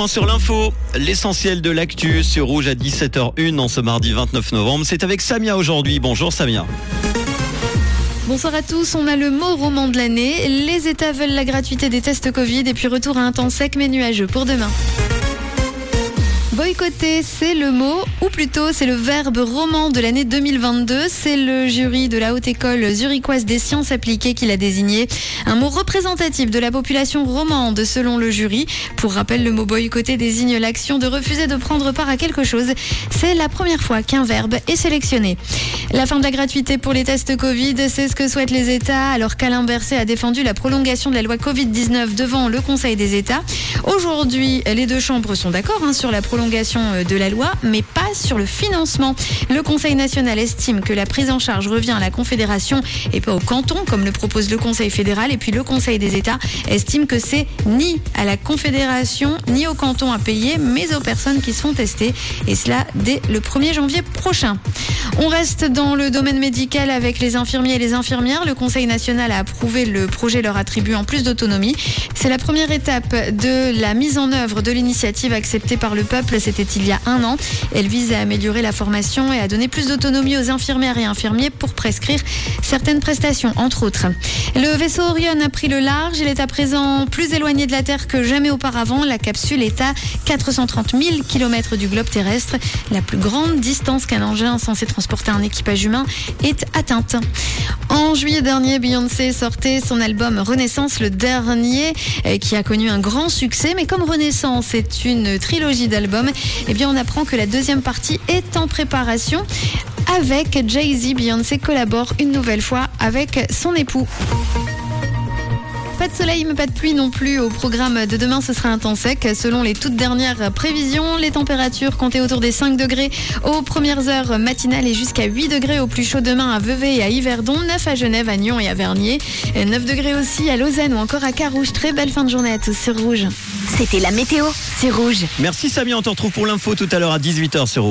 point sur l'info. L'essentiel de l'actu sur Rouge à 17h01 en ce mardi 29 novembre. C'est avec Samia aujourd'hui. Bonjour Samia. Bonsoir à tous, on a le mot roman de l'année. Les États veulent la gratuité des tests Covid et puis retour à un temps sec mais nuageux pour demain. Boycotter, c'est le mot, ou plutôt c'est le verbe roman de l'année 2022. C'est le jury de la Haute École zurichoise des sciences appliquées qui l'a désigné. Un mot représentatif de la population romande selon le jury. Pour rappel, le mot boycotter désigne l'action de refuser de prendre part à quelque chose. C'est la première fois qu'un verbe est sélectionné. La fin de la gratuité pour les tests Covid, c'est ce que souhaitent les États, alors qu'Alain Berset a défendu la prolongation de la loi Covid-19 devant le Conseil des États. Aujourd'hui, les deux chambres sont d'accord sur la prolongation de la loi, mais pas sur le financement. Le Conseil national estime que la prise en charge revient à la Confédération et pas au canton, comme le propose le Conseil fédéral. Et puis le Conseil des États estime que c'est ni à la Confédération, ni au canton à payer, mais aux personnes qui se font tester. Et cela dès le 1er janvier prochain. On reste dans le domaine médical avec les infirmiers et les infirmières. Le Conseil national a approuvé le projet leur attribuant plus d'autonomie. C'est la première étape de la mise en œuvre de l'initiative acceptée par le peuple. C'était il y a un an. Elle vise à améliorer la formation et à donner plus d'autonomie aux infirmières et infirmiers pour prescrire certaines prestations, entre autres. Le vaisseau Orion a pris le large. Il est à présent plus éloigné de la Terre que jamais auparavant. La capsule est à 430 000 km du globe terrestre. La plus grande distance qu'un engin censé transporter un équipage humain est atteinte. En juillet dernier, Beyoncé sortait son album Renaissance, le dernier, qui a connu un grand succès. Mais comme Renaissance est une trilogie d'albums, eh bien on apprend que la deuxième partie est en préparation. Avec Jay-Z, Beyoncé collabore une nouvelle fois avec son époux. Pas de soleil mais pas de pluie non plus. Au programme de demain, ce sera un temps sec. Selon les toutes dernières prévisions, les températures comptaient autour des 5 degrés aux premières heures matinales et jusqu'à 8 degrés au plus chaud demain à Vevey et à Yverdon, 9 à Genève, à Nyon et à Vernier, 9 degrés aussi à Lausanne ou encore à Carouge. Très belle fin de journée à tous sur Rouge. C'était la météo, c'est Rouge. Merci Samia, on te retrouve pour l'info tout à l'heure à 18h sur Rouge.